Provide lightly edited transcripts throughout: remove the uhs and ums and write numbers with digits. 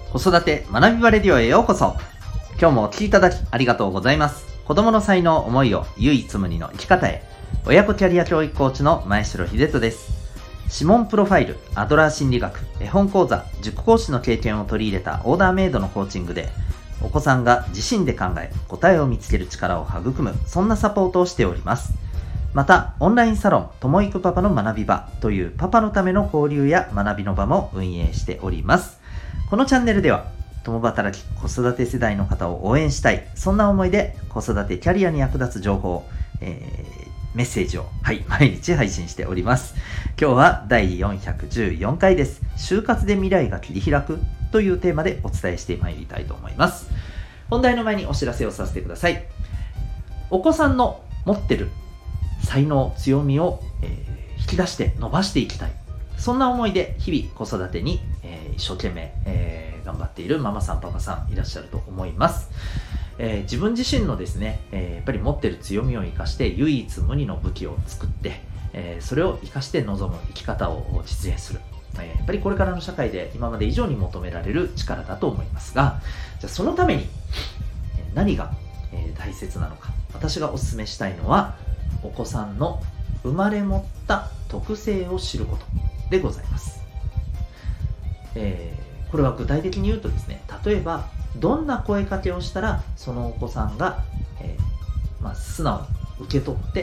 子育て学びバレディオへようこそ。今日もお聞きいただきありがとうございます。子供の才能、思いを唯一無二の生き方へ。親子キャリア教育コーチの前城秀人です。指紋プロファイル、アドラー心理学、絵本講座、塾講師の経験を取り入れたオーダーメイドのコーチングで、お子さんが自身で考え、答えを見つける力を育む、そんなサポートをしております。また、オンラインサロン、ともいくパパの学び場というパパのための交流や学びの場も運営しております。このチャンネルでは、共働き子育て世代の方を応援したい、そんな思いで子育てキャリアに役立つ情報、メッセージを、毎日配信しております。今日は第414回です。就活で未来が切り開くというテーマでお伝えしてまいりたいと思います。本題の前にお知らせをさせてください。お子さんの持ってる才能、強みを、引き出して伸ばしていきたい。そんな思いで日々子育てに、一生懸命、頑張っているママさん、パパさんいらっしゃると思います。自分自身のですね、やっぱり持ってる強みを生かして唯一無二の武器を作って、それを生かして望む生き方を実現する。やっぱりこれからの社会で今まで以上に求められる力だと思いますが、じゃあそのために何が大切なのか。私がお勧めしたいのは、お子さんの生まれ持った特性を知ることでございます。これは具体的に言うとですね、例えばどんな声かけをしたらそのお子さんが、素直に受け取って、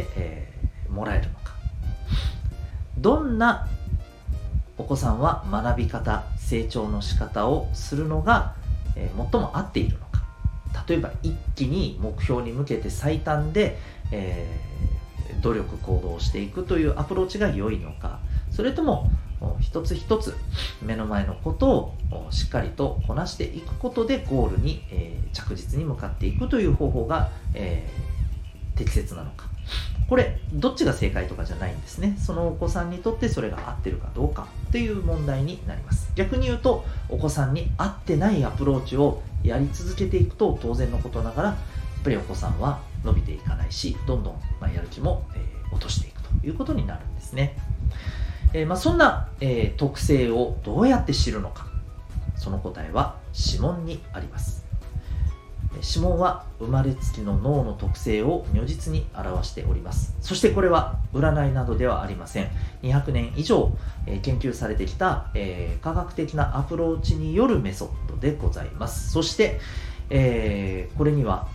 もらえるのか、どんなお子さんは学び方、成長の仕方をするのが、最も合っているのか。例えば一気に目標に向けて最短で、努力行動をしていくというアプローチが良いのか、それとも一つ一つ目の前のことをしっかりとこなしていくことでゴールに、着実に向かっていくという方法が、適切なのか。これどっちが正解とかじゃないんですね。そのお子さんにとってそれが合ってるかどうかっていう問題になります。逆に言うと、お子さんに合ってないアプローチをやり続けていくと、当然のことながらやっぱりお子さんは伸びていかないし、どんどんやる気も、落としていくということになるんですね。そんな、特性をどうやって知るのか。その答えは指紋にあります。指紋は生まれつきの脳の特性を如実に表しております。そしてこれは占いなどではありません。200年以上、研究されてきた、科学的なアプローチによるメソッドでございます。そして、これには、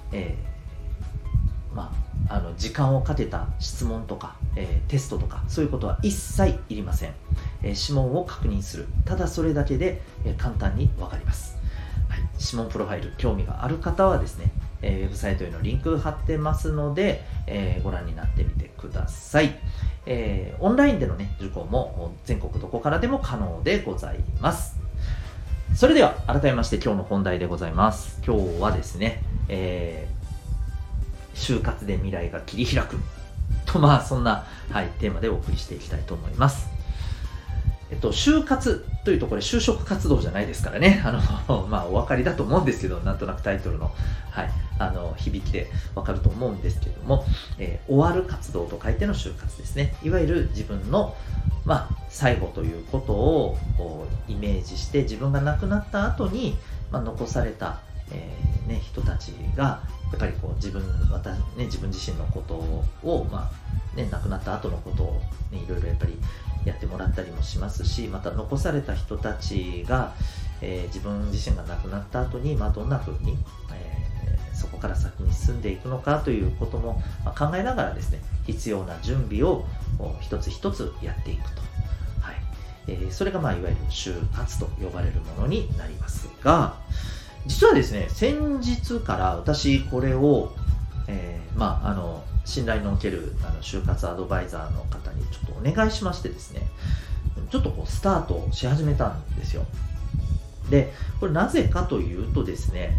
時間をかけた質問とか、テストとかそういうことは一切いりません。指紋を確認する、ただそれだけで、簡単にわかります。指紋プロファイル興味がある方はですね、ウェブサイトへのリンク貼ってますので、ご覧になってみてください。オンラインでのね、受講も全国どこからでも可能でございます。それでは改めまして今日の本題でございます。今日はですね、就活で未来が切り開くと、そんな、テーマでお送りしていきたいと思います。就活というとこれ就職活動じゃないですからね、お分かりだと思うんですけど、なんとなくタイトルの、響きで分かると思うんですけども、終わる活動と書いての就活ですね。いわゆる自分の、最後ということをイメージして、自分が亡くなった後に、残された、人たちがやっぱりこう自分自身のことを、亡くなった後のことを、いろいろやっぱりやってもらったりもしますし、また残された人たちが、自分自身が亡くなった後に、どんな風に、そこから先に進んでいくのかということも、考えながらですね、必要な準備を一つ一つやっていくと、それがいわゆる就活と呼ばれるものになりますが、実はですね、先日から私これを、信頼のおける就活アドバイザーの方にちょっとお願いしましてですね、ちょっとスタートし始めたんですよ。で、これなぜかというとですね、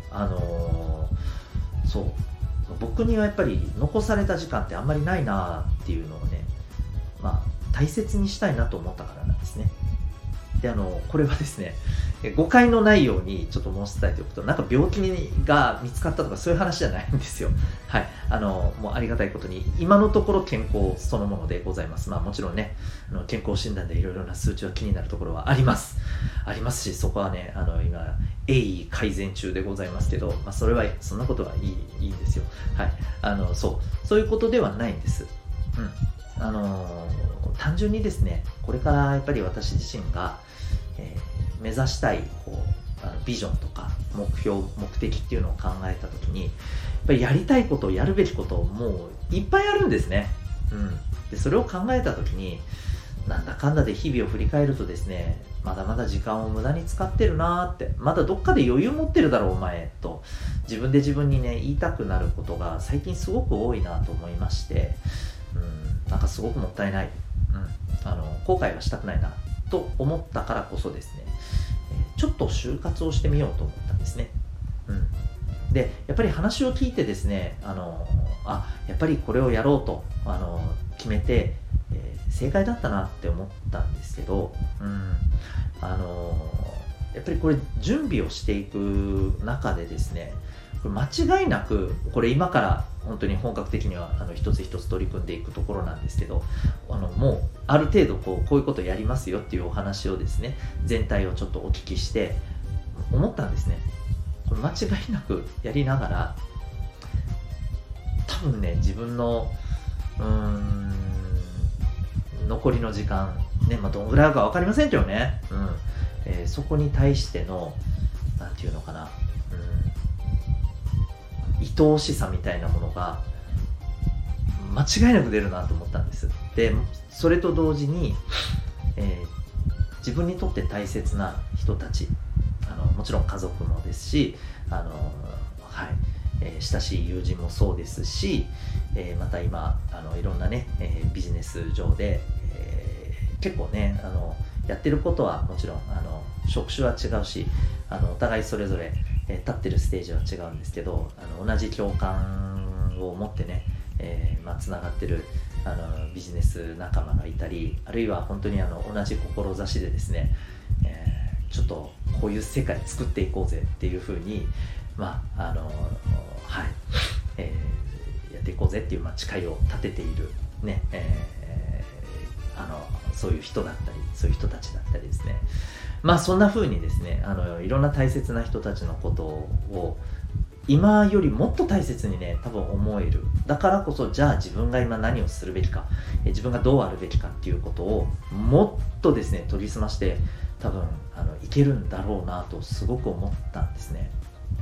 僕にはやっぱり残された時間ってあんまりないなっていうのをね、大切にしたいなと思ったからなんですね。 で、これはですね、誤解のないようにちょっと申し伝えておくと、なんか病気が見つかったとかそういう話じゃないんですよ。はい。もうありがたいことに、今のところ健康そのものでございます。まあもちろんね、健康診断でいろいろな数値は気になるところはあります。ありますし、そこはね、今、鋭意改善中でございますけど、まあそれは、そんなことはいいんですよ。はい。そういうことではないんです。うん。単純にですね、これからやっぱり私自身が、目指したいビジョンとか目標目的っていうのを考えた時に、やっぱりやりたいことをやるべきことをもういっぱいあるんですね。でそれを考えた時に、なんだかんだで日々を振り返るとですね、まだまだ時間を無駄に使ってるなーって、まだどっかで余裕持ってるだろうお前と自分で自分にね言いたくなることが最近すごく多いなと思いまして、なんかすごくもったいない、後悔はしたくないなと思ったからこそですね、ちょっと就活をしてみようと思ったんですね。でやっぱり話を聞いてですね、やっぱりこれをやろうと決めて、正解だったなって思ったんですけど、やっぱりこれ準備をしていく中でですね、これ間違いなくこれ今から本当に本格的には一つ一つ取り組んでいくところなんですけど、もうある程度こういうことやりますよっていうお話をですね、全体をちょっとお聞きして思ったんですね。これ間違いなくやりながら、多分ね自分の残りの時間ね、どんぐらいあるか分かりませんけどね、そこに対してのなんていうのかな、愛おしさみたいなものが間違いなく出るなと思ったんです。でそれと同時に、自分にとって大切な人たち、もちろん家族もですし、親しい友人もそうですし、また今いろんなね、ビジネス上で、結構ねやってることはもちろん職種は違うし、お互いそれぞれ立ってるステージは違うんですけど、同じ共感を持ってね、つながってるビジネス仲間がいたり、あるいは本当に同じ志でですね、ちょっとこういう世界作っていこうぜっていうふうにやっていこうぜっていう誓いを立てているね、そういう人だったりそういう人たちだったりですね、そんな風にですねいろんな大切な人たちのことを今よりもっと大切にね多分思える。だからこそじゃあ自分が今何をするべきか、自分がどうあるべきかっていうことをもっとですね研ぎ澄まして多分いけるんだろうなとすごく思ったんですね。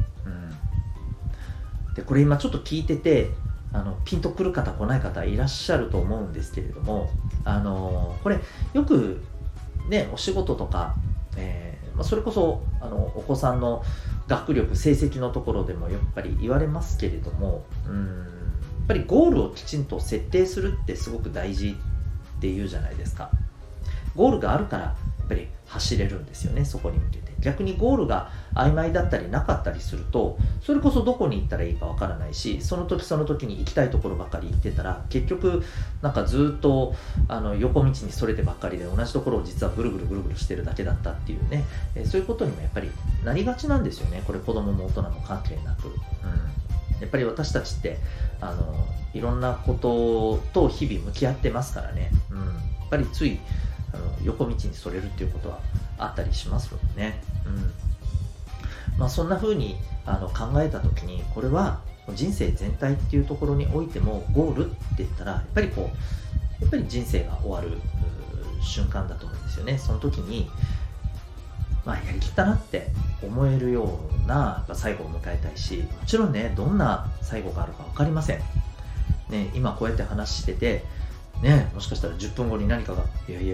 でこれ今ちょっと聞いててピンとくる方来ない方いらっしゃると思うんですけれども、これよくねお仕事とか、それこそお子さんの学力成績のところでもやっぱり言われますけれども、やっぱりゴールをきちんと設定するってすごく大事っていうじゃないですか。ゴールがあるからやっぱり走れるんですよね、そこに向けて。逆にゴールが曖昧だったりなかったりすると、それこそどこに行ったらいいかわからないし、その時その時に行きたいところばっかり行ってたら結局なんかずっと横道にそれてばっかりで同じところを実はぐるぐるぐるぐるしてるだけだったっていうね、そういうことにもやっぱりなりがちなんですよね。これ子供も大人も関係なく、やっぱり私たちっていろんなことと日々向き合ってますからね、やっぱりつい横道にそれるっていうことはあったりしますよね。そんな風に考えた時に、これは人生全体っていうところにおいてもゴールって言ったらやっぱり人生が終わる瞬間だと思うんですよね。その時にやりきったなって思えるような最後を迎えたいし、もちろんねどんな最後があるか分かりませんね。今こうやって話しててね、もしかしたら10分後に何かがいや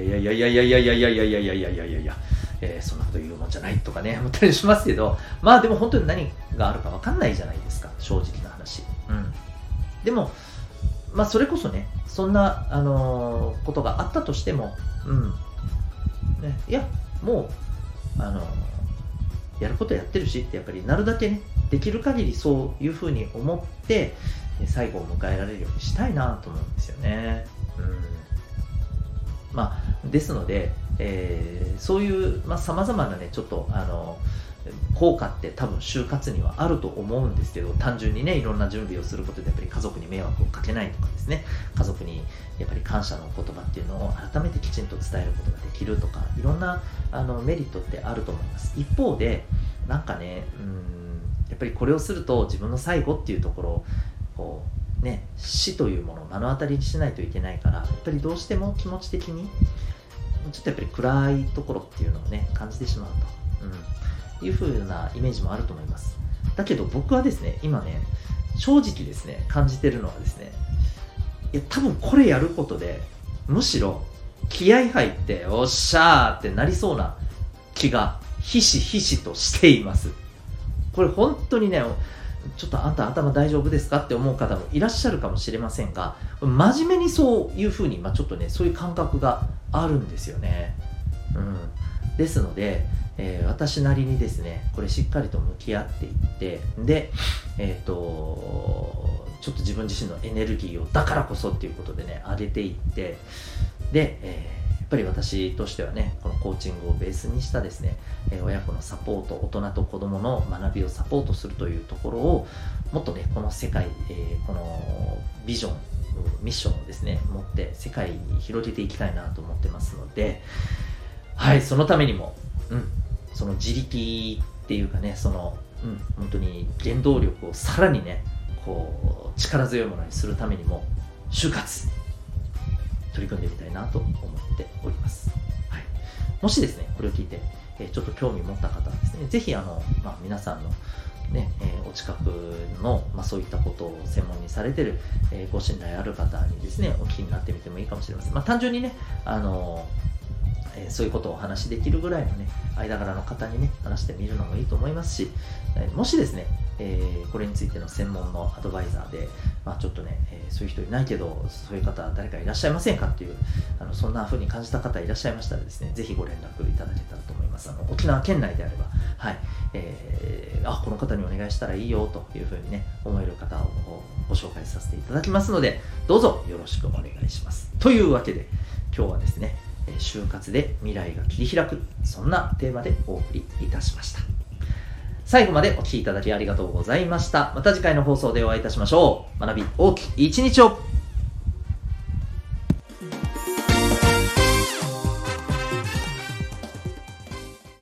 そんなこと言うもんじゃないとかね思ったりしますけど、でも本当に何があるか分かんないじゃないですか、正直な話。でもそれこそねそんなことがあったとしても、いやもうやることやってるしってやっぱりなるだけねできる限りそういうふうに思って最後を迎えられるようにしたいなと思うんですよね。 ですので、そういう、様々なね、ちょっと、効果って多分就活にはあると思うんですけど、単純にね、いろんな準備をすることでやっぱり家族に迷惑をかけないとかですね、家族にやっぱり感謝の言葉っていうのを改めてきちんと伝えることができるとか、いろんなメリットってあると思います。一方で、なんかね、やっぱりこれをすると自分の最後っていうところを、こうね、死というものを目の当たりにしないといけないから、やっぱりどうしても気持ち的に、ちょっとやっぱり暗いところっていうのをね、感じてしまうと。いう風なイメージもあると思います。だけど僕はですね、今ね、正直ですね、感じてるのはですね、いや、多分これやることで、むしろ気合入って、おっしゃーってなりそうな気がひしひしとしています。これ本当にね、ちょっとあんた頭大丈夫ですかって思う方もいらっしゃるかもしれませんが、真面目にそういう風に、ちょっとね、そういう感覚があるんですよね。ですので、私なりにですね、これしっかりと向き合っていって、で、ちょっと自分自身のエネルギーをだからこそっていうことでね、上げていって、で、やっぱり私としてはね、このコーチングをベースにしたですね、親子のサポート、大人と子供の学びをサポートするというところを、もっとね、この世界、このビジョン、ミッションをですね、持って世界に広げていきたいなと思ってますので、はい、そのためにも、その自力っていうかね、本当に原動力をさらにね、こう力強いものにするためにも就活取り組んでみたいなと思っております。はい、もしですね、これを聞いて、ちょっと興味持った方はですね、ぜひ皆さんのね、お近くの、そういったことを専門にされている、ご信頼ある方にですね、お聞きになってみてもいいかもしれません。単純にね、そういうことをお話しできるぐらいのね、間柄の方にね、話してみるのもいいと思いますし、もしですね、これについての専門のアドバイザーで、ちょっとね、そういう人いないけど、そういう方誰かいらっしゃいませんかっていう、そんな風に感じた方いらっしゃいましたらですね、ぜひご連絡いただけたらと思います。沖縄県内であれば、はい、この方にお願いしたらいいよという風にね、思える方をご紹介させていただきますので、どうぞよろしくお願いします。というわけで、今日はですね、就活で未来が切り開く、そんなテーマでお送りいたしました。最後までお聞きいただきありがとうございました。また次回の放送でお会いいたしましょう。学び大きい一日を。